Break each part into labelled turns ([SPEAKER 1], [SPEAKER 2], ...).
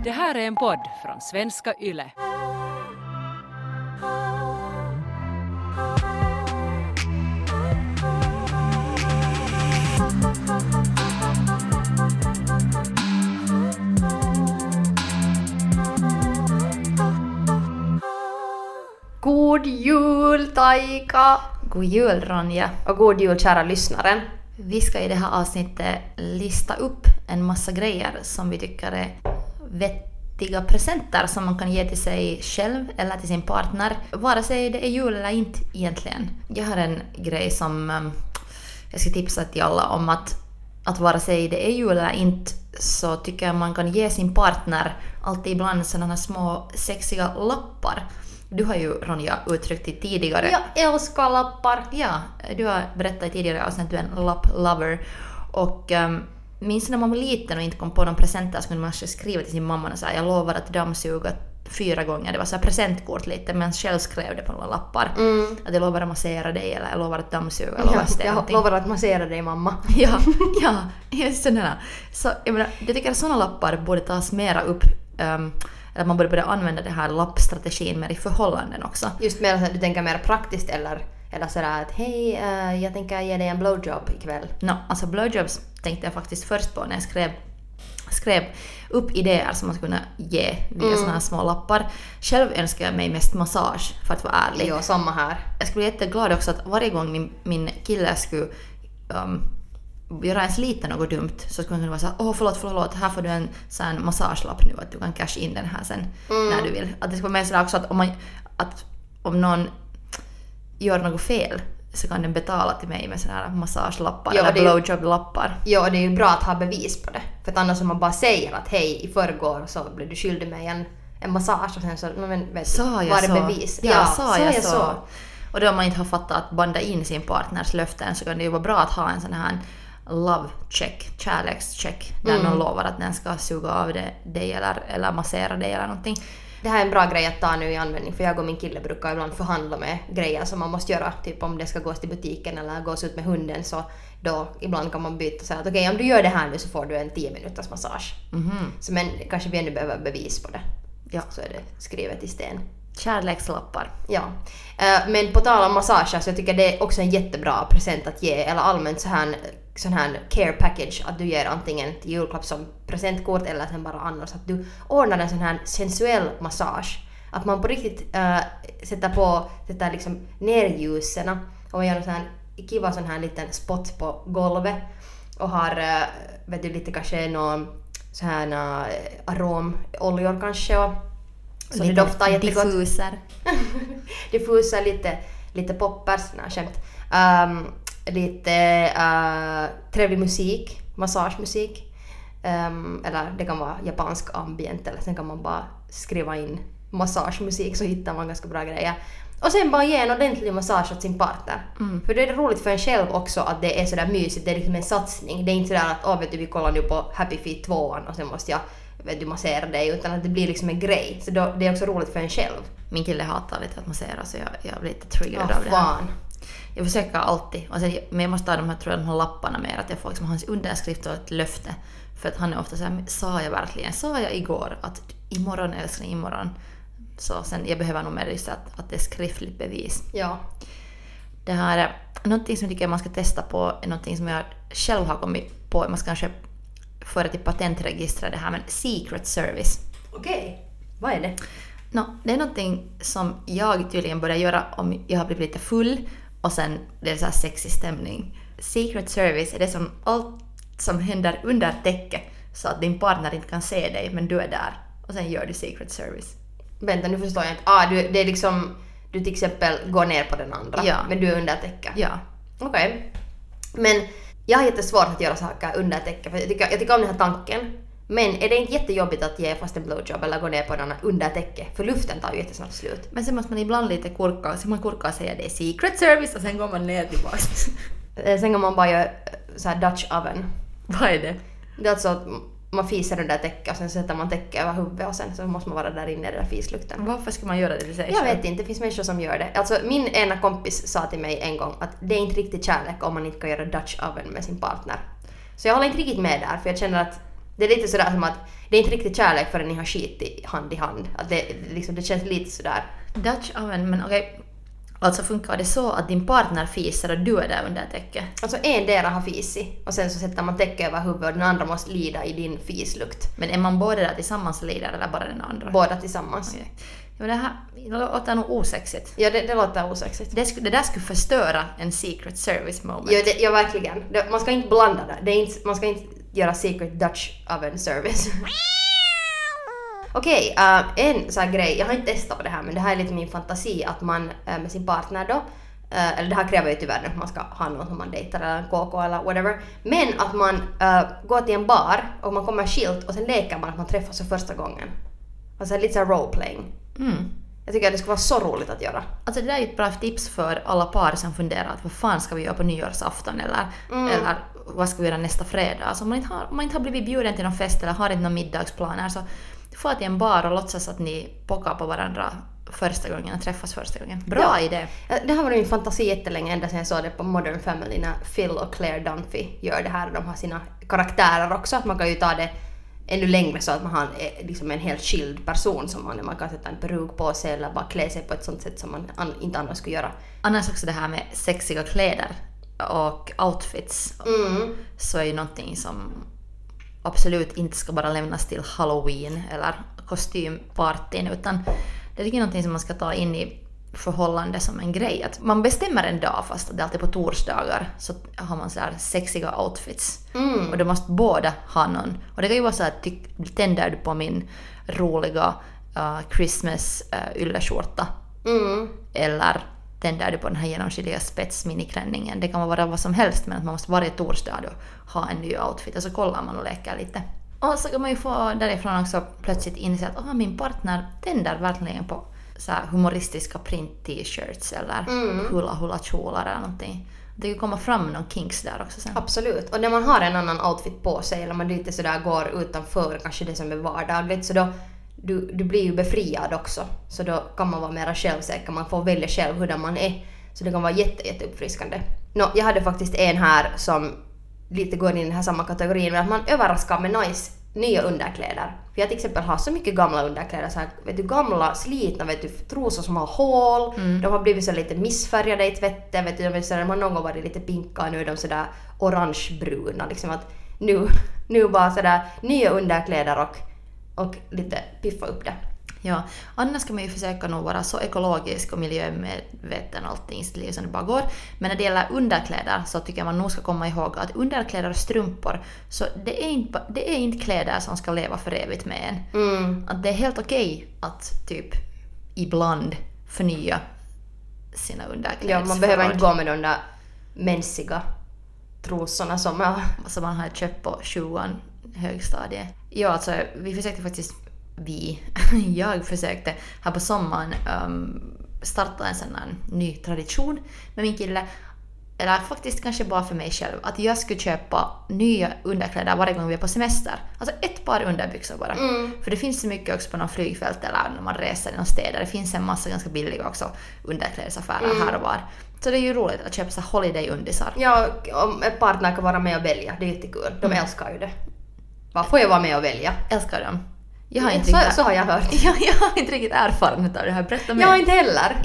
[SPEAKER 1] Det här är en podd från Svenska Yle.
[SPEAKER 2] God jul Taika!
[SPEAKER 3] God jul Ronja!
[SPEAKER 2] Och god jul kära lyssnaren!
[SPEAKER 3] Vi ska i det här avsnittet lista upp en massa grejer som vi tycker är vettiga presenter som man kan ge till sig själv eller till sin partner. Vare sig det är jul eller inte egentligen. Jag har en grej som jag ska tipsa till alla om att vare sig det är jul eller inte så tycker jag man kan ge sin partner alltid ibland sådana här små sexiga lappar. Du har ju, Ronja, uttryckt det tidigare.
[SPEAKER 2] Jag älskar lappar.
[SPEAKER 3] Ja, du har berättat tidigare att du är en lapp-lover. Och minns när man var liten och inte kom på de presenter så kunde man skriva till sin mamma och säga jag lovar att dammsuga 4 gånger. Det var så här presentkort lite, men själv skrev det på några lappar. Att jag lovar att massera dig eller jag lovar att dammsuga.
[SPEAKER 2] Jag lovar att massera dig, mamma.
[SPEAKER 3] ja, just sådana. Så jag tycker att sådana lappar borde tas mera upp. Eller man borde börja använda det här lappstrategin mer i förhållanden också.
[SPEAKER 2] Just mer att du tänker mer praktiskt eller sådär att hej, jag tänker ge dig en blowjob ikväll.
[SPEAKER 3] Alltså blowjobs tänkte jag faktiskt först på när jag skrev upp idéer som man skulle kunna ge via såna här små lappar. Själv önskar jag mig mest massage, för att vara ärlig.
[SPEAKER 2] Jo, samma här.
[SPEAKER 3] Jag skulle bli jätteglad också att varje gång min kille skulle göra ens lite något dumt så skulle man kunna vara så förlåt, här får du en sån massagelapp nu att du kan cash in den här sen när du vill. Att det ska vara med sådär också att om någon gör något fel så kan den betala till mig med sådana här massagelappar eller blowjob-lappar.
[SPEAKER 2] Ja, det är ju bra att ha bevis på det. För att annars om man bara säger att hej, i förrgår så blev du skyldig mig en massage och sen så var det bevis.
[SPEAKER 3] Ja, sa jag så. Och då om man inte har fattat att banda in sin partners löften så kan det ju vara bra att ha en sån här love check, kärlekscheck där någon lovar att den ska suga av dig eller massera dig eller någonting.
[SPEAKER 2] Det här är en bra grej att ta nu i användning, för jag och min kille brukar ibland förhandla med grejer som man måste göra, typ om det ska gås till butiken eller gås ut med hunden, så då ibland kan man byta och säga att okej, om du gör det här nu så får du en 10 minuters massage. Så men kanske vi ännu behöver bevis på det. Ja, så är det skrivet i sten.
[SPEAKER 3] Kärlekslappar.
[SPEAKER 2] Ja. Men på tal om massage så jag tycker det är också en jättebra present att ge, eller allmänt sån här care package, att du ger antingen till julklapp som presentkort eller sen bara annars att du ordnar en sån här sensuell massage. Att man på riktigt sätter liksom ner ljusen och gör en sån här kiva sån här liten spot på golvet och har vet du lite kanske någon sån här aromoljor kanske och så det doftar jättegott. Diffuser, lite poppers, skämt. Lite trevlig musik, massagemusik. Eller det kan vara japansk ambient, eller sen kan man bara skriva in massagemusik så hittar man ganska bra grejer. Och sen bara ge en ordentlig massage åt sin partner. För det är roligt för en själv också att det är sådär mysigt, det är liksom en satsning. Det är inte sådär att vet du, vi kollar nu på Happy Feet 2 och sen måste jag massera dig, utan att det blir liksom en grej. Så då, det är också roligt för en själv.
[SPEAKER 3] Min kille hatar lite att massera så jag blir lite triggerad av det här. Jag försöker alltid. Men jag måste ha de här lapparna mer. Att jag får liksom hans underskrift och ett löfte. För att han är ofta så här, sa jag igår att imorgon älskling, imorgon. Så sen jag behöver nog mer att det är skriftligt bevis.
[SPEAKER 2] Ja.
[SPEAKER 3] Det här är någonting som jag tycker man ska testa på. Är någonting som jag själv har kommit på. Man ska kanske föra till patentregistret det här, men secret service.
[SPEAKER 2] Okej. Vad är det?
[SPEAKER 3] Det är någonting som jag tydligen börjar göra om jag har blivit lite full. Och sen det är så här sexig stämning. Secret service är det som allt som händer under täcket så att din partner inte kan se dig men du är där. Och sen gör du secret service.
[SPEAKER 2] Vänta, nu förstår jag inte. Det är liksom du till exempel går ner på den andra men du är under täcket.
[SPEAKER 3] Ja.
[SPEAKER 2] Okej. Men jag har jättesvårt att göra saker under täcket för jag tycker om den här tanken. Men är det inte jättejobbigt att ge fast en blowjob eller gå ner på den under täcket? För luften tar ju jättesnabbt slut.
[SPEAKER 3] Men sen måste man ibland lite kurka. Så man kurkar och säger det är secret service och sen går man ner tillbaka.
[SPEAKER 2] Sen kan man bara göra så här Dutch oven.
[SPEAKER 3] Vad är det?
[SPEAKER 2] Det är alltså att man fiser under täcket och sen sätter man täcket över huvudet och sen så måste man vara där inne i den där fislukten.
[SPEAKER 3] Varför ska man göra det till sig?
[SPEAKER 2] Jag vet inte, det finns människor som gör det. Alltså min ena kompis sa till mig en gång att det är inte riktigt kärlek om man inte kan göra Dutch oven med sin partner. Så jag håller inte riktigt med där, för jag känner att Det är lite sådär som att det är inte riktigt kärlek förrän ni har skit i hand. Att det känns lite sådär.
[SPEAKER 3] Dutch oven, men okej. Alltså funkar det så att din partner fiser och du är där under täcket?
[SPEAKER 2] Alltså en del har fisi och sen så sätter man täcke över huvudet och den andra måste lida i din fislukt.
[SPEAKER 3] Men är man båda där tillsammans och lider eller bara den andra?
[SPEAKER 2] Båda tillsammans.
[SPEAKER 3] Okay. Ja, det låter nog osexigt.
[SPEAKER 2] Ja, det låter osexigt.
[SPEAKER 3] Det där skulle förstöra en secret service moment.
[SPEAKER 2] Ja, verkligen. Man ska inte blanda det. Man ska inte göra secret Dutch oven service. Okej, en sån här grej, jag har inte testat på det här men det här är lite min fantasi att man med sin partner då, eller det här kräver ju tyvärr att man ska ha någon som man dejtar eller en KK eller whatever, men att man går till en bar och man kommer skilt och sen leker man att man träffas för första gången. Alltså lite såhär roleplaying. Jag tycker att det skulle vara så roligt att göra.
[SPEAKER 3] Alltså det där är ett bra tips för alla par som funderar att vad fan ska vi göra på nyårsafton eller vad ska vi göra nästa fredag. Alltså om man inte har blivit bjuden till någon fest eller har inte några middagsplaner så få till en bar och låtsas att ni pockar på varandra första gången och träffas första gången. Bra idé!
[SPEAKER 2] Det har varit min fantasi jättelänge ända sedan jag såg det på Modern Family när Phil och Claire Dunphy gör det här. De har sina karaktärer också, att man kan ju ta det ännu längre så att man har liksom en helt skild person som man kan sätta en peruk på sig eller bara klä sig på ett sånt sätt som man inte annars skulle göra.
[SPEAKER 3] Annars också det här med sexiga kläder och outfits så är ju någonting som absolut inte ska bara lämnas till Halloween eller kostympartyn utan det är någonting som man ska ta in i förhållande som en grej. Att man bestämmer en dag fast att det är alltid på torsdagar så har man så här sexiga outfits. Och då måste båda ha någon. Och det kan ju vara så att tänder du på min roliga Christmas ylleskjorta eller tänder du på den här genomskinliga spetsminiklänningen. Det kan vara vad som helst men att man måste varje torsdag då ha en ny outfit och så kollar man och leker lite. Och så kan man ju få därifrån också plötsligt inse att min partner tänder verkligen på så här humoristiska print-t-shirts eller hula-hula-kjolar eller någonting. Det kan komma fram någon kinks där också sen.
[SPEAKER 2] Absolut. Och när man har en annan outfit på sig eller man lite sådär går utanför kanske det som är vardagligt så då du blir ju befriad också. Så då kan man vara mer självsäker. Man får välja själv hur man är. Så det kan vara jätteuppfriskande. Jag hade faktiskt en här som lite går in i den här samma kategorin med att man överraskar med nice nya underkläder. För jag till exempel har så mycket gamla underkläder. Så här, vet du, gamla, slitna trosor som har hål. De har blivit så lite missfärgade i tvätten. Vet du, de har någon gång varit lite pinka och nu är de sådär orangebruna. Liksom att nu bara sådär nya underkläder och lite piffa upp det.
[SPEAKER 3] Ja, annars ska man ju försöka nog vara så ekologisk och miljömedveten allting i sitt liv som det bara går. Men när det gäller underkläder så tycker jag man nog ska komma ihåg att underkläder och strumpor så det är inte kläder som ska leva för evigt med en. Att det är helt okej att typ ibland förnya sina underkläder.
[SPEAKER 2] Ja, man behöver inte gå med de där mänsiga trosorna som
[SPEAKER 3] man har köpt på 20:an högstadiet. Ja, alltså vi försökte faktiskt jag försökte här på sommaren starta en sån här ny tradition med min kille, eller faktiskt kanske bara för mig själv, att jag skulle köpa nya underkläder varje gång vi är på semester. Alltså ett par underbyxor bara. För det finns så mycket också på någon flygfält eller när man reser i någon städer. Det finns en massa ganska billiga också underklädesaffärer här och var. Så det är ju roligt att köpa så holiday-undisar. Ja,
[SPEAKER 2] om ett partner kan vara med och välja, det är jättekul. De älskar ju det. Vad får jag vara med och välja?
[SPEAKER 3] Älskar dem.
[SPEAKER 2] Så har jag hört.
[SPEAKER 3] Jag har inte riktigt erfarenhet av det här. Berätta mer.
[SPEAKER 2] Jag har inte heller.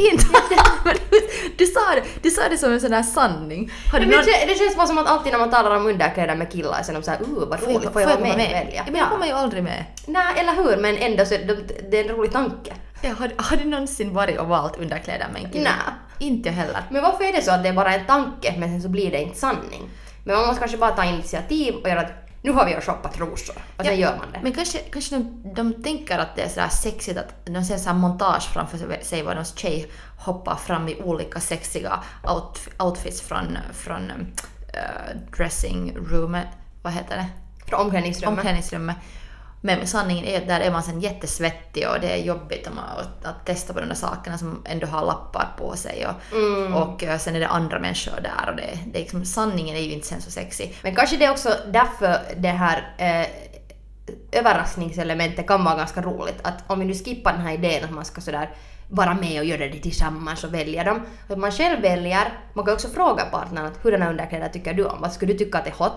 [SPEAKER 3] Du sa det som en sån här sanning.
[SPEAKER 2] Det känns bara som att alltid när man talar om underkläder med killar så är de såhär, vad roligt, får jag vara med och välja?
[SPEAKER 3] Men jag kommer ju aldrig med.
[SPEAKER 2] Nej, eller hur? Men ändå så det är en rolig tanke.
[SPEAKER 3] Ja, har du någonsin varit och valt underkläder med en kille?
[SPEAKER 2] Nej.
[SPEAKER 3] Inte jag heller.
[SPEAKER 2] Men varför är det så att det är bara en tanke men sen så blir det inte sanning? Men man måste kanske bara ta initiativ och göra att nu har vi ju shoppat trosor och sen gör man det.
[SPEAKER 3] Men kanske de tänker att det är så här sexigt att de ser så här montage framför sig var någon tjej hoppar fram i olika sexiga outfits från dressing roomet, vad heter det?
[SPEAKER 2] Från omklädningsrummet.
[SPEAKER 3] Men sanningen är att där är man sen jättesvettig och det är jobbigt att testa på de där sakerna som ändå har lappar på sig och sen är det andra människor där och det är liksom, sanningen är ju inte sen så sexig.
[SPEAKER 2] Men kanske det är också därför det här överraskningselementet kan vara ganska roligt, att om vi nu skippar den här idén att man ska sådär vara med och göra det tillsammans och välja dem. Att man själv väljer, man kan också fråga partnern att hurdana underkläder tycker du om? Vad skulle du tycka att det är hot?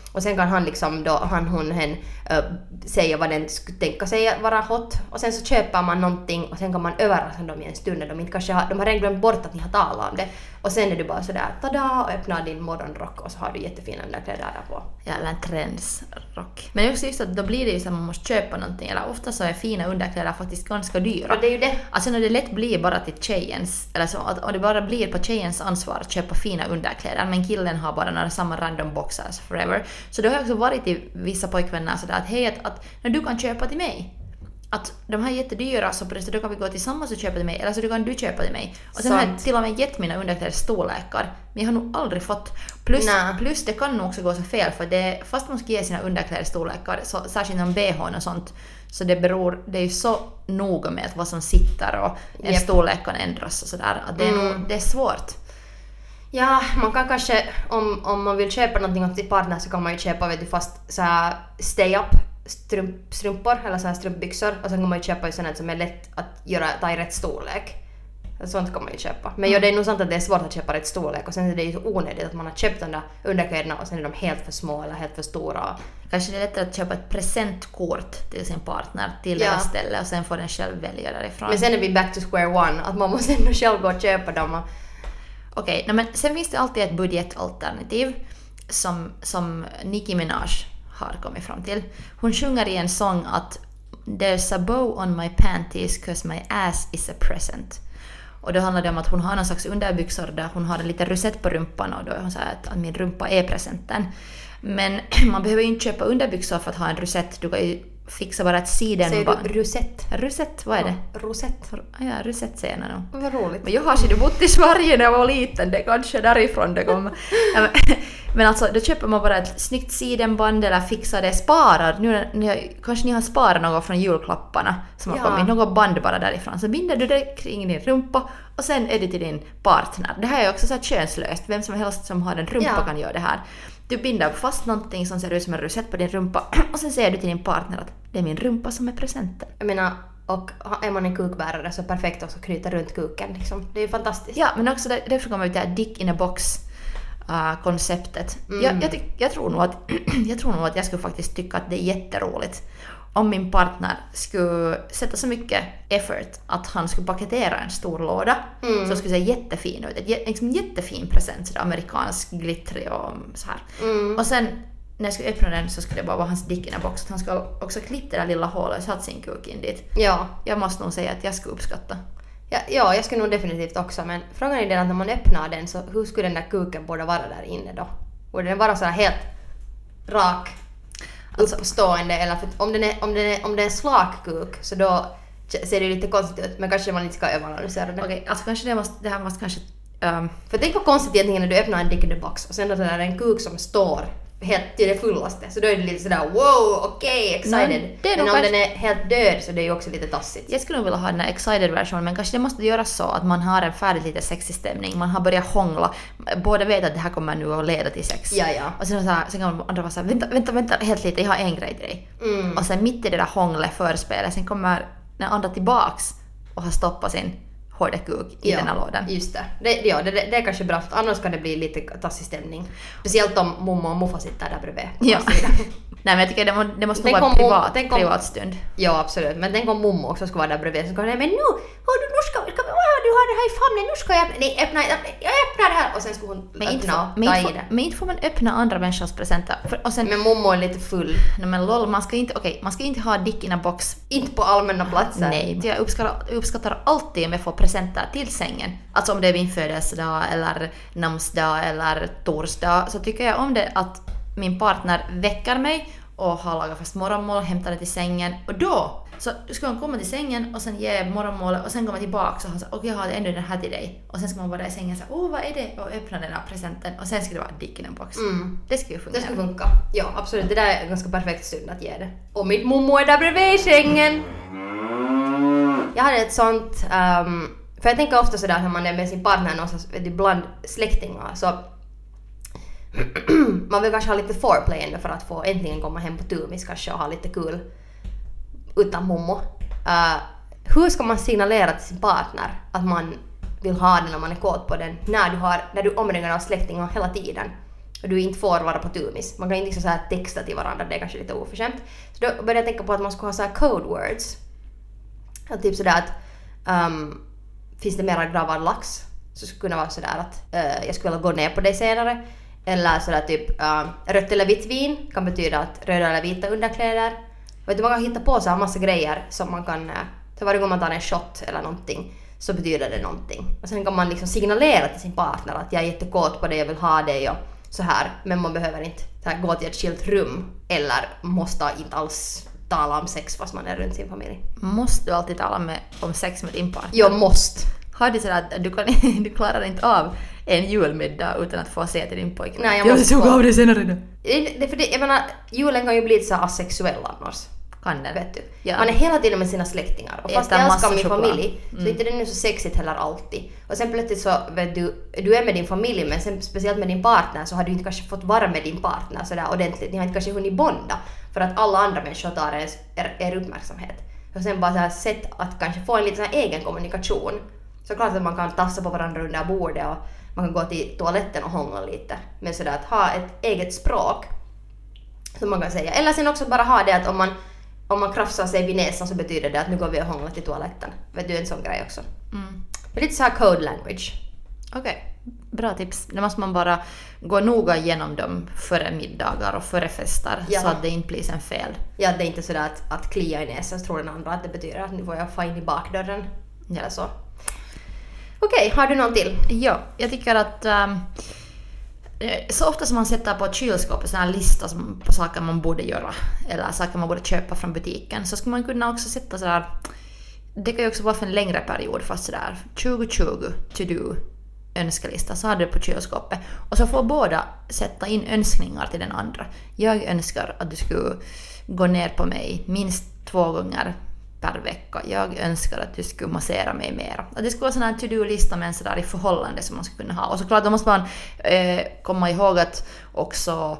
[SPEAKER 2] Och sen kan han liksom då, hen säga vad den skulle tänka sig vara hot. Och sen så köper man någonting och sen kan man överraska dem i en stund när de inte kanske de har redan glömt bort att ni har talat om det. Och sen är du bara sådär, tada, och öppnar din morgonrock och så har du jättefina underkläder där på.
[SPEAKER 3] Ja, eller en trendsrock. Men också just att då blir det ju så att man måste köpa någonting. Eller ofta så är fina underkläder faktiskt ganska dyra.
[SPEAKER 2] Ja, det är ju det.
[SPEAKER 3] Alltså när det lätt blir bara till tjejens, eller så, och det bara blir på tjejens ansvar att köpa fina underkläder, men killen har bara några samma random boxers forever. Så det har också varit i vissa pojkvänner sådär att hej, att när du kan köpa till mig, att de här är jättedyra så då kan vi gå tillsammans och köpa till mig, eller så kan du köpa till mig. Och sen har jag till och med gett mina underkläder storlekar, men jag har nog aldrig fått. Plus det kan nog också gå så fel, för det, fast man ska ge sina underkläder storlekar, så, särskilt om BH och sånt, så det är ju så noga med vad som sitter och en storlek kan ändras och sådär, att det är svårt.
[SPEAKER 2] Ja, man kan kanske, om man vill köpa någonting åt sin partner så kan man ju köpa fast så här stay-up strumpor eller så här strumpbyxor, och sen kan man ju köpa ju sånt som är lätt att ta i rätt storlek. Sånt kan man ju köpa. Men det är nog sant att det är svårt att köpa rätt storlek, och sen är det ju så onödigt att man har köpt de där underkläderna och sen är de helt för små eller helt för stora.
[SPEAKER 3] Kanske det är lättare att köpa ett presentkort till sin partner till det här stället och sen får den själv välja därifrån.
[SPEAKER 2] Men sen är vi back to square one, att man måste ändå själv gå och köpa dem.
[SPEAKER 3] Okej, men sen finns det alltid ett budgetalternativ som Nicki Minaj har kommit fram till. Hon sjunger i en sång att "There's a bow on my panties 'cause my ass is a present". Och då handlar det om att hon har någon slags underbyxor där hon har en liten rosett på rumpan, och då är hon så här att min rumpa är presenten. Men man behöver ju inte köpa underbyxor för att ha en rosett. Du kan ju fixa bara ett sidenband.
[SPEAKER 2] Säger du rosett?
[SPEAKER 3] Rosett, vad är det?
[SPEAKER 2] Rosett.
[SPEAKER 3] Ja, rosett säger jag nog.
[SPEAKER 2] Vad roligt.
[SPEAKER 3] Men jag har ju bott i Sverige när jag var liten, det kanske därifrån det kommer. Men alltså, då köper man bara ett snyggt sidenband eller fixar det, sparar. Nu kanske ni har sparat något från julklapparna som har kommit, något band bara därifrån. Så binder du det kring din rumpa och sen är det till din partner. Det här är också så här könslöst, vem som helst som har en rumpa kan göra det här. Du binder fast någonting som ser ut som en rosett på din rumpa och sen säger du till din partner att det är min rumpa som är presenten.
[SPEAKER 2] Jag menar, och är man en kukbärare så perfekt också knyta runt kuken liksom. Det är ju fantastiskt.
[SPEAKER 3] Ja, men också därför kommer vi till dick in a box konceptet. Jag tror nog att jag skulle faktiskt tycka att det är jätteroligt om min partner skulle sätta så mycket effort att han skulle paketera en stor låda så skulle se jättefin ut. En jättefin present, så amerikansk glittrig och så här. Och sen när jag skulle öppna den så skulle det bara vara hans dick in a box. Han skulle också klippa det där lilla hålet och satt sin kuk in dit.
[SPEAKER 2] Ja.
[SPEAKER 3] Jag måste nog säga att jag skulle uppskatta.
[SPEAKER 2] Ja, jag skulle nog definitivt också, men frågan är den att när man öppnar den så hur skulle den där kuken borde vara där inne då? Borde den vara så här helt rak, uppstående, eller för om det är en slak kuk så då ser det lite konstigt ut, men kanske man inte ska överanalysera det.
[SPEAKER 3] Okej, alltså kanske det här måste kanske...
[SPEAKER 2] För tänk vad konstigt egentligen när du öppnar en dick in the box och sen är det en kuk som står helt till det fullaste, så då är det lite sådär wow, okej, excited. Men om den är helt död så det är ju också lite tassigt.
[SPEAKER 3] Jag skulle nog vilja ha den här excited versionen, men kanske det måste göras så att man har en färdig lite sexig stämning, man har börjat hångla, båda vet att det här kommer nu att leda till sex.
[SPEAKER 2] Ja.
[SPEAKER 3] Och sen kan andra vara såhär, vänta helt lite, jag har en grej till dig. Och sen mitt i det där hånglet, förspelet, sen kommer den andra tillbaks och har stoppat sin hårda kuk i den här lådan.
[SPEAKER 2] Just det. Det är kanske bra, för annars kan det bli lite tassig stämning. Speciellt om mommo och muffa sitter där bredvid.
[SPEAKER 3] Ja. Nej, men jag tycker det måste nog vara en privat stund.
[SPEAKER 2] Ja, absolut. Men tänk om mommo också ska vara där bredvid. Så ska men nu ska du har det här i famnen, nu ska jag öppna det här. Och sen ska hon
[SPEAKER 3] men inte får man öppna andra människors presenter.
[SPEAKER 2] Men mommo är lite full.
[SPEAKER 3] Nej, men lol, man ska inte ha dick in a box.
[SPEAKER 2] Inte på allmänna platser.
[SPEAKER 3] Nej, jag uppskattar alltid om jag får presenter till sängen. Alltså om det är min födelsedag eller namnsdag eller torsdag, så tycker jag om det att min partner väcker mig och har lagat fast morgonmål, hämtar det till sängen, och då så ska han komma till sängen och sen ge morgonmålet och sen kommer tillbaka och han säger okej, jag har ändå den här till dig, och sen ska man vara där i sängen och säga vad är det, och öppna den här presenten och sen ska det vara dick in a box. Det ska ju fungera.
[SPEAKER 2] Det ska funka. Ja, absolut. Det där är en ganska perfekt stund att ge det. Och mitt mommo är där bredvid i sängen. Jag hade ett sånt för jag tänker ofta sådär när man är med sin partner någonstans bland släktingar, så man vill kanske ha lite foreplay ändå för att få äntligen komma hem på tumis kanske och ha lite kul utan mommo. Hur ska man signalera till sin partner att man vill ha den när man är kåt på den när du omringar av släktingar hela tiden? och du inte får vara på tumis. Man kan inte liksom så här texta till varandra, det är kanske lite oförskämt. Så då började jag tänka på att man skulle ha så här code words. Att typ sådär att finns det mera gravad lax, så skulle det kunna vara sådär att jag skulle vilja gå ner på dig senare. Eller sådär typ rött eller vitt vin kan betyda att röda eller vita underkläder. Vet du, man kan hitta på så här massa grejer som man kan, för varje gång man tar en shot eller någonting så betyder det någonting. Och sen kan man liksom signalera till sin partner att jag är jättekåt på det, jag vill ha det och så här. Men man behöver inte så här, gå till ett skilt rum eller måste inte alls tala om sex fast man är runt sin familj.
[SPEAKER 3] Måste du alltid tala om sex med din partner?
[SPEAKER 2] Jag måste.
[SPEAKER 3] Har du sådär att du klarar inte av en julmiddag utan att få se till din pojke?
[SPEAKER 2] Nej, jag måste
[SPEAKER 3] suga av det senare då.
[SPEAKER 2] Jag menar, julen kan ju bli så asexuell annars.
[SPEAKER 3] Kan det?
[SPEAKER 2] Vet du?
[SPEAKER 3] Ja.
[SPEAKER 2] Man är hela tiden med sina släktingar. Och fast
[SPEAKER 3] Äter
[SPEAKER 2] jag älskar
[SPEAKER 3] massa
[SPEAKER 2] min
[SPEAKER 3] choklad.
[SPEAKER 2] familj så är inte det nu så sexigt heller alltid. Och sen plötsligt så vet du är med din familj, men sen speciellt med din partner så har du inte kanske fått vara med din partner sådär ordentligt. Ni har inte kanske hunnit bonda för att alla andra människor tar er uppmärksamhet. Och sen bara så här sätt att kanske få en lite så här egen kommunikation. Så klart att man kan tafsa på varandra under bordet och man kan gå till toaletten och hångla lite. Men sådär att ha ett eget språk som man kan säga. Eller sen också bara ha det att om man krafsar sig vid näsan så betyder det att nu går vi och hånglar till toaletten. Vet du, en sån grej också. Men lite så här code language.
[SPEAKER 3] Okej, bra tips. Nu måste man bara gå noga igenom dem före middagar och före festar så att det inte blir sen fel.
[SPEAKER 2] Ja, det är inte sådär att klia i näsan så tror den andra att det betyder att nu får jag få in i bakdörren.
[SPEAKER 3] Ja.
[SPEAKER 2] Eller så. Okej, har du någon till?
[SPEAKER 3] Ja, jag tycker att så ofta som man sätter på kylskåpet sån här lista på saker man borde göra eller saker man borde köpa från butiken, så ska man kunna också sätta sådär, det kan ju också vara för en längre period, fast sådär 2020 to do önskelista, så har du det på kylskåpet och så får båda sätta in önskningar till den andra. Jag önskar att du skulle gå ner på mig minst 2 gånger per vecka. Jag önskar att du skulle massera mig mer. Att det skulle vara sån här to-do-lista men sådär i förhållande som man skulle kunna ha. Och såklart då måste man komma ihåg att också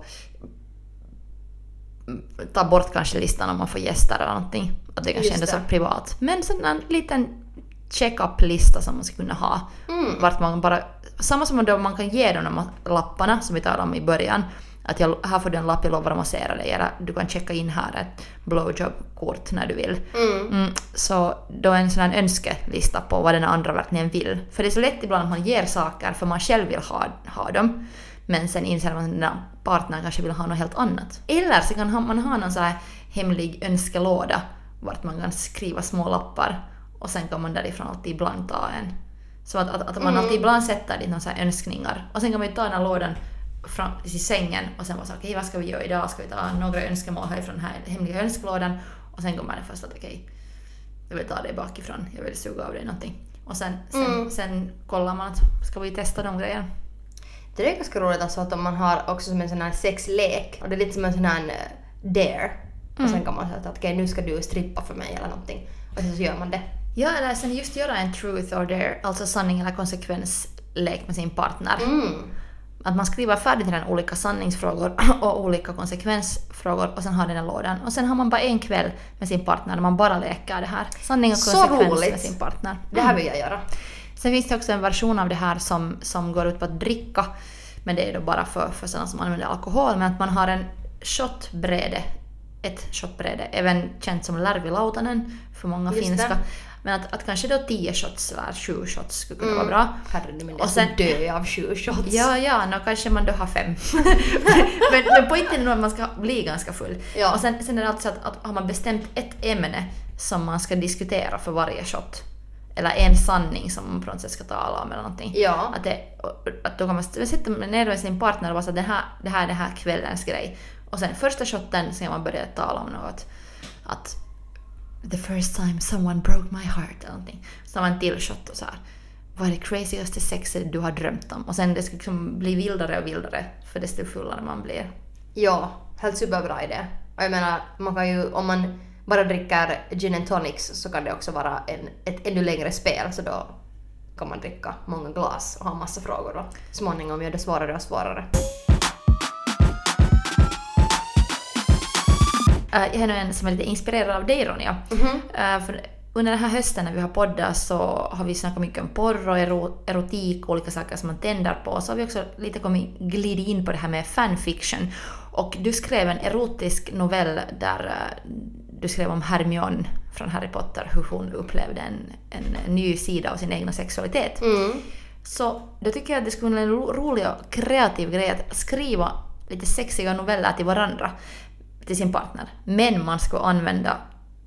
[SPEAKER 3] ta bort kanske listan om man får gäster eller någonting. Att det kanske ändå är så privat. Men sån en liten check-up-lista som man ska kunna ha. Vart man bara, samma som då man kan ge de lapparna som vi talade om i början. Att här får du en lapp, jag lovar att massera dig. Eller du kan checka in här ett blowjob-kort när du vill. Så då är en sån här önskelista på vad den andra verkligen vill. För det är så lätt ibland att man ger saker för man själv vill ha dem. Men sen inser man att partnern kanske vill ha något helt annat. Eller så kan man ha någon så här hemlig önskelåda vart man kan skriva små lappar. Och sen kan man därifrån alltid ibland ta en. Så att man alltid ibland sätter dit någon så här önskningar. Och sen kan man ju ta den här lådan fram till sängen och sen bara så okej, vad ska vi göra idag? Ska vi ta några önskemål härifrån den här hemliga önskelådan? Och sen kommer man först att okej, jag vill ta det bakifrån, jag vill suga av dig någonting. Och sen kollar man att ska vi testa de grejerna.
[SPEAKER 2] Det är ganska roligt alltså att om man har också som en sån här sexlek och det är lite som en sån här dare. Och sen kan man säga att okej, nu ska du strippa för mig eller någonting. Och sen så gör man det.
[SPEAKER 3] Ja, eller sen just göra en truth or dare, alltså sanning eller konsekvenslek med sin partner. Att man skriver färdigt redan olika sanningsfrågor och olika konsekvensfrågor och sen har den här lådan. Och sen har man bara en kväll med sin partner där man bara leker det här. Sanning och konsekvens med sin partner.
[SPEAKER 2] Det här vill jag göra.
[SPEAKER 3] Sen finns det också en version av det här som går ut på att dricka. Men det är då bara för sådana som använder alkohol. Men att man har en shotbräde. Ett shotbräde, även känt som lärvilautanen för många finska. Men att kanske då 10 shots eller 7 shots skulle kunna vara bra.
[SPEAKER 2] Herregud, men och sen dör jag av 7 shots.
[SPEAKER 3] Ja, då kanske man då har 5. men poängen är nog att man ska bli ganska full. Ja. Och sen är det alltså att har man bestämt ett ämne som man ska diskutera för varje shot. Eller en sanning som man på något sätt ska tala om eller någonting. Ja. Att då kan man sätta ner med sin partner och bara så att det här är den här kvällens grej. Och sen första shotten ska man börja tala om något. Att the first time someone broke my heart eller någonting. Så har man en till shot och så här. Vad är det crazigaste sexet du har drömt om? Och sen det ska liksom bli vildare och vildare för desto fullare man blir.
[SPEAKER 2] Ja, helt superbra idé. Och jag menar, man kan ju, om man bara dricker gin and tonics så kan det också vara ett ännu längre spel. Så då kan man dricka många glas och ha massa frågor och småningom gör det svårare och svårare.
[SPEAKER 3] Jag har nu en som är lite inspirerad av dig, Ronja. För Under den här hösten när vi har poddat så har vi snackat mycket om porr och erotik, olika saker som man tänder på. Så har vi också lite glidit in på det här med fanfiction. Och du skrev en erotisk novell där du skrev om Hermione från Harry Potter, hur hon upplevde en ny sida av sin egna sexualitet. Så då tycker jag att det skulle vara en rolig och kreativ grej att skriva lite sexiga noveller till varandra, till sin partner. Men man skulle använda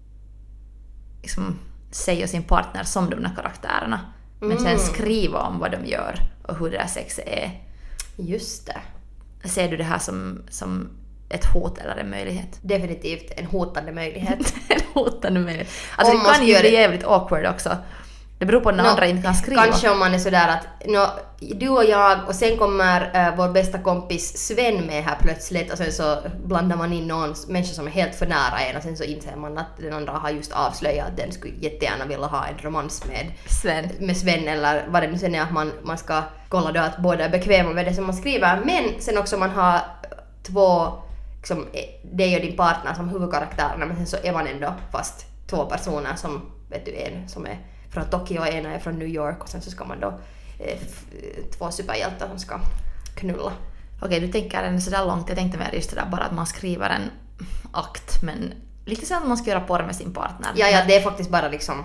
[SPEAKER 3] liksom, sig och sin partner som de här karaktärerna. Men sen skriva om vad de gör och hur deras sex är.
[SPEAKER 2] Just det.
[SPEAKER 3] Ser du det här som ett hot eller en möjlighet?
[SPEAKER 2] Definitivt en hotande möjlighet.
[SPEAKER 3] En hotande möjlighet. Alltså det kan ju bli jävligt awkward också. Det beror på när andra inte kan skriva.
[SPEAKER 2] Kanske om man är sådär att du och jag och sen kommer vår bästa kompis Sven med här plötsligt och sen så blandar man in någon människa som är helt för nära en och sen så inser man att den andra har just avslöjat att den skulle jättegärna vilja ha en romans med Sven eller vad det nu sen är att man ska kolla då att båda är bekväma med det som man skriver. Men sen också man har två, liksom, dig och din partner som huvudkaraktärerna men sen så är man ändå fast två personer som, vet du, en som är från Tokyo och ena är från New York och sen så ska man då två superhjältar som ska knulla. Okej, du tänker en sådär långt. Jag tänkte mer just det där bara att man skriver en akt men lite så att man ska göra porr med sin partner. Ja, det är faktiskt bara liksom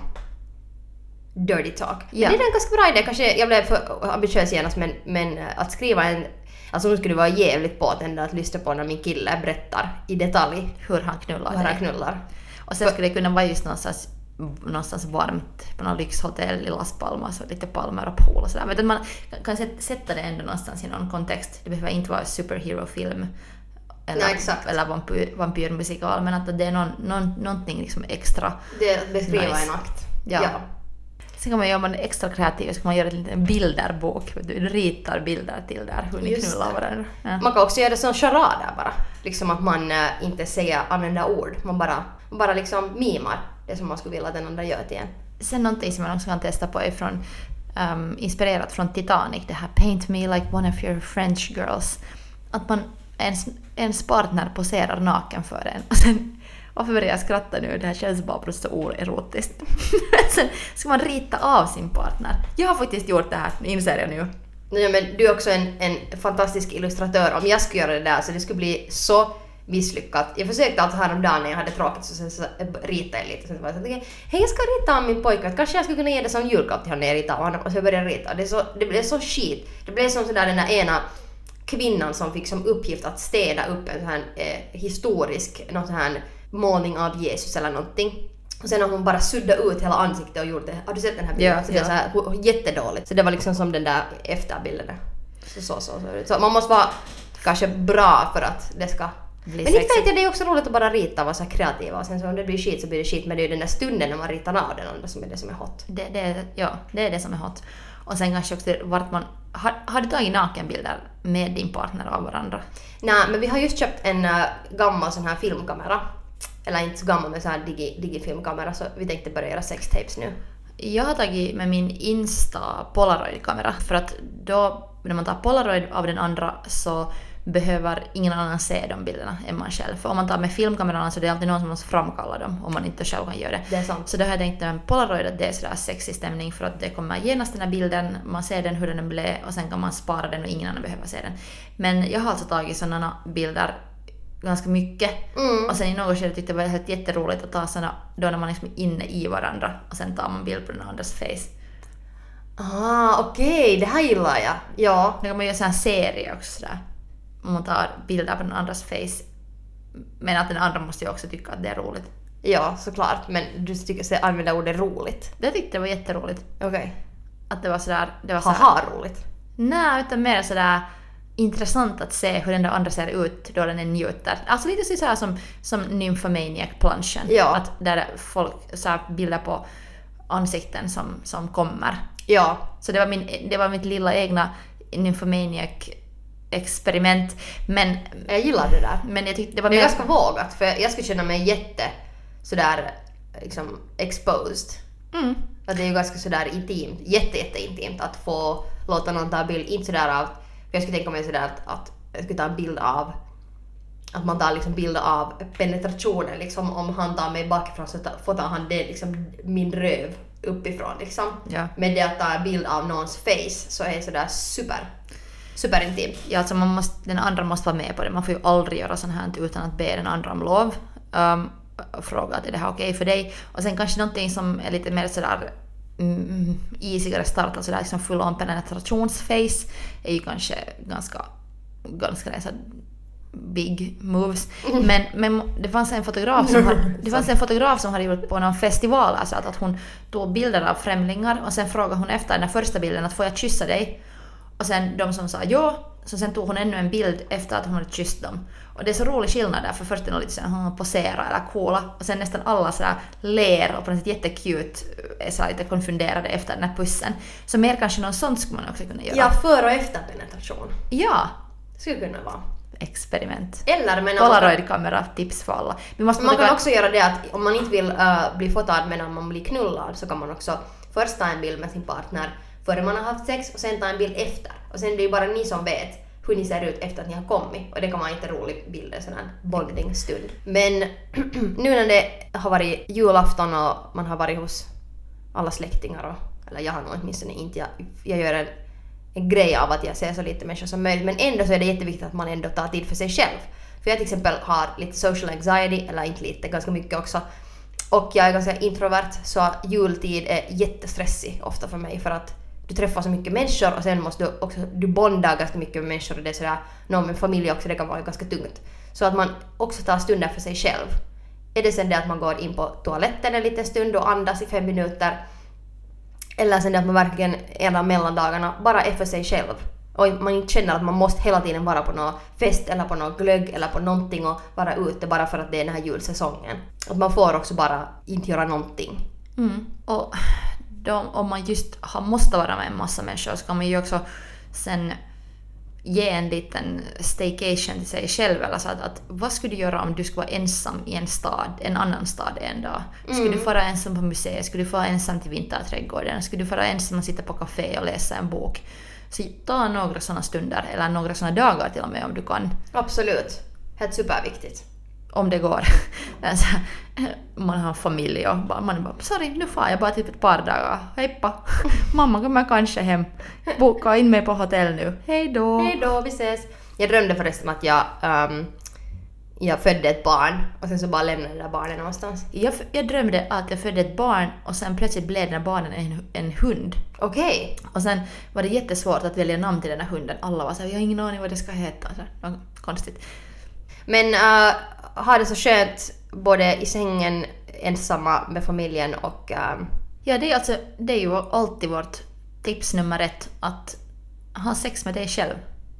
[SPEAKER 2] dirty talk. Ja. Det är en ganska bra idé. Kanske jag blev för ambitiös genast men att skriva en, alltså nu skulle det vara jävligt påtändande att lyssna på när min kille berättar i detalj hur han knullar. Och sen skulle det kunna vara just någonstans varmt på någon lyxhotell i Las Palmas och lite palmer och pool och sådär. Men man kan sätta det ändå någonstans i någon kontext. Det behöver inte vara superhero-film eller vampyrmusikal men att det är någonting liksom extra. Det beskriver nice. En akt. Ja. Sen kan man göra man extra kreativ så kan man göra en liten bilderbok. Du ritar bilder till där hur ni knullar varandra. Ja. Man kan också göra det som charader bara. Liksom att man inte använder ord. Man bara liksom mimar det som man skulle vilja att den andra gör till en. Sen någonting som man också kan testa på är från inspirerat från Titanic. Det här Paint me like one of your French girls. Att man ens partner poserar naken för en. Och sen, varför börjar jag skratta nu? Det här känns bara så oerotiskt. Sen ska man rita av sin partner. Jag har faktiskt gjort det här, inser jag nu. Ja, men du är också en fantastisk illustratör. Om jag skulle göra det där så det skulle bli så misslyckat. Jag försökte alltså häromdagen när jag hade tråkigt så ritade jag lite. Sen var jag så att hej, jag ska rita av min pojke. Kanske jag skulle kunna ge det som julklapp till honom när jag ritar av honom. Och så började jag rita. Det blev så skit. Det blev som sådär den där ena kvinnan som fick som uppgift att städa upp en sån här historisk någon sån här målning av Jesus eller någonting. Och sen har hon bara suddat ut hela ansiktet och gjort det. Har du sett den här bilden? Ja, så det är så här jättedåligt. Så det var liksom som den där efterbilden. Så man måste vara kanske bra för att det ska bli men inte vet jag, det är också roligt att bara rita och vara så kreativa. Och sen så om det blir skit så blir det skit. Men det är ju den där stunden när man ritar av den andra som är det som är hot. Det är det som är hot. Och sen kanske också vart man... Har du tagit nakenbilder med din partner av varandra? Nej, men vi har just köpt en gammal sån här filmkamera. Eller inte så gammal men så här digifilmkamera. Så vi tänkte börja göra sextapes nu. Jag har tagit med min Insta Polaroid-kamera. För att då, när man tar Polaroid av den andra så behöver ingen annan se de bilderna än man själv. För om man tar med filmkameran så det är alltid någon som måste framkalla dem om man inte själv kan göra det. Det är sant. Så då har jag tänkt med Polaroid att det är sådär sexig stämning för att det kommer genast den här bilden, man ser den hur den blir och sen kan man spara den och ingen annan behöver se den. Men jag har alltså tagit sådana bilder ganska mycket. Och sen i något skede tyckte jag det var helt jätteroligt att ta sådana då när man liksom är inne i varandra och sen tar man bild på den andras face. Okej, det här gillar jag. Ja. Då kan man göra sån här serie också sådär. Om man tar bilder på den andras face. Men att den andra måste ju också tycka att det är roligt. Ja, såklart. Men du tycker att använda ordet roligt. Det tyckte jag var jätteroligt. Okej. Att det var sådär... Haha, roligt. Nej, utan mer sådär intressant att se hur den där andra ser ut då den är njuter. Alltså lite sådär som Nymphomaniac-planschen. Ja. Att där folk så bilder på ansikten som kommer. Ja. Så det var mitt lilla egna Nymphomaniac-experiment. Men jag gillar det där. Men jag tyckte det var ganska vågat. För jag skulle känna mig sådär liksom exposed. Att det är ju ganska sådär intimt. Jätteintimt att få låta någon ta bild. Inte sådär av... För jag skulle tänka mig sådär att jag skulle ta en bild av att man tar liksom bilder av penetrationen, liksom om han tar mig bakifrån så får ta han det liksom min röv uppifrån liksom.
[SPEAKER 3] Ja.
[SPEAKER 2] Men det att ta en bild av någons face så är det sådär super intimt.
[SPEAKER 3] Ja, alltså den andra måste vara med på det. Man får ju aldrig göra sånt här utan att be den andra om lov. Och fråga att är det här okej för dig? Och sen kanske någonting som är lite mer sådär easigare start, alltså där liksom full on penetrationsface är ju kanske ganska så big moves. Men det fanns en fotograf som hade gjort på någon festival, alltså att hon tog bilder av främlingar och sen frågade hon efter den första bilden att får jag kyssa dig? Och sen de som sa ja, så sen tog hon ännu en bild efter att hon hade kysst dem. Och det är så rolig skillnad där, för först är det lite såhär hon poserar eller coola och sen nästan alla sådär ler och på något sätt jättekut är så lite konfunderade efter den här pussen. Så mer kanske någon sånt skulle man också kunna göra.
[SPEAKER 2] Ja, före och efter penetration.
[SPEAKER 3] Ja.
[SPEAKER 2] Skulle kunna vara.
[SPEAKER 3] Experiment.
[SPEAKER 2] Eller men
[SPEAKER 3] Polaroid-kamera, tips för alla.
[SPEAKER 2] Man kan också göra det att om man inte vill bli fotad medan man blir knullad så kan man också först ta en bild med sin partner före man har haft sex och sen ta en bild efter. Och sen är det ju bara ni som vet hur ni ser ut efter att ni har kommit. Och det kan vara inte rolig bild, en sån här bondingstund. Men nu när det har varit julafton och man har varit hos alla släktingar eller jag har nog åtminstone inte, jag gör en grej av att jag ser så lite människor som möjligt, men ändå så är det jätteviktigt att man ändå tar tid för sig själv. För jag till exempel har lite social anxiety, eller inte lite, ganska mycket också. Och jag är ganska introvert, så jultid är jättestressig ofta för mig, för att du träffar så mycket människor och sen måste du bonda ganska mycket med människor och det är sådär, någon med familj också, det kan vara ganska tungt. Så att man också tar stunder för sig själv. Är det sen det att man går in på toaletten en liten stund och andas i 5 minuter, eller sen det att man verkligen en av mellandagarna bara är för sig själv och man inte känner att man måste hela tiden vara på någon fest eller på någon glögg eller på någonting och vara ute bara för att det är den här julsäsongen. Att man får också bara inte göra någonting.
[SPEAKER 3] Och om man just måste vara med en massa människor så kan man ju också sen ge en liten staycation till sig själv, eller så att vad skulle du göra om du skulle vara ensam i en annan stad en dag? Skulle du vara ensam på museet? Skulle du vara ensam till vinterträdgården? Skulle du vara ensam och sitta på café och läsa en bok? Så ta några sådana stunder eller några sådana dagar till och med om du kan.
[SPEAKER 2] Absolut. Helt superviktigt.
[SPEAKER 3] Om det går. Alltså, man har familj och man är bara, sorry, nu får jag bara typ ett par dagar. Hejpa. Mamma kommer kanske hem. Boka in mig på hotell nu. Hej då.
[SPEAKER 2] Hej då, vi ses. Jag drömde förresten att jag födde ett barn och sen så bara lämnade det där barnet någonstans.
[SPEAKER 3] Jag drömde att jag födde ett barn och sen plötsligt blev den här barnen en hund.
[SPEAKER 2] Okej.
[SPEAKER 3] Och sen var det jättesvårt att välja namn till den här hunden. Alla var så här, jag har ingen aning vad det ska heta. Så, konstigt.
[SPEAKER 2] Men har det så skönt både i sängen, ensamma med familjen och...
[SPEAKER 3] Ja, det är ju alltid vårt tips nummer 1, att ha sex med dig själv.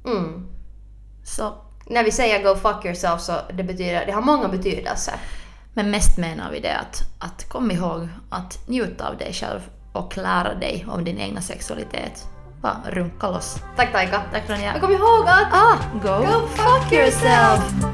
[SPEAKER 3] Så
[SPEAKER 2] när vi säger go fuck yourself så det har många betydelser.
[SPEAKER 3] Men mest menar vi det att kom ihåg att njuta av dig själv och lära dig om din egna sexualitet. Bara runka loss.
[SPEAKER 2] Tack Taika.
[SPEAKER 3] Tack Ronja.
[SPEAKER 2] Men kom ihåg att
[SPEAKER 3] go fuck yourself!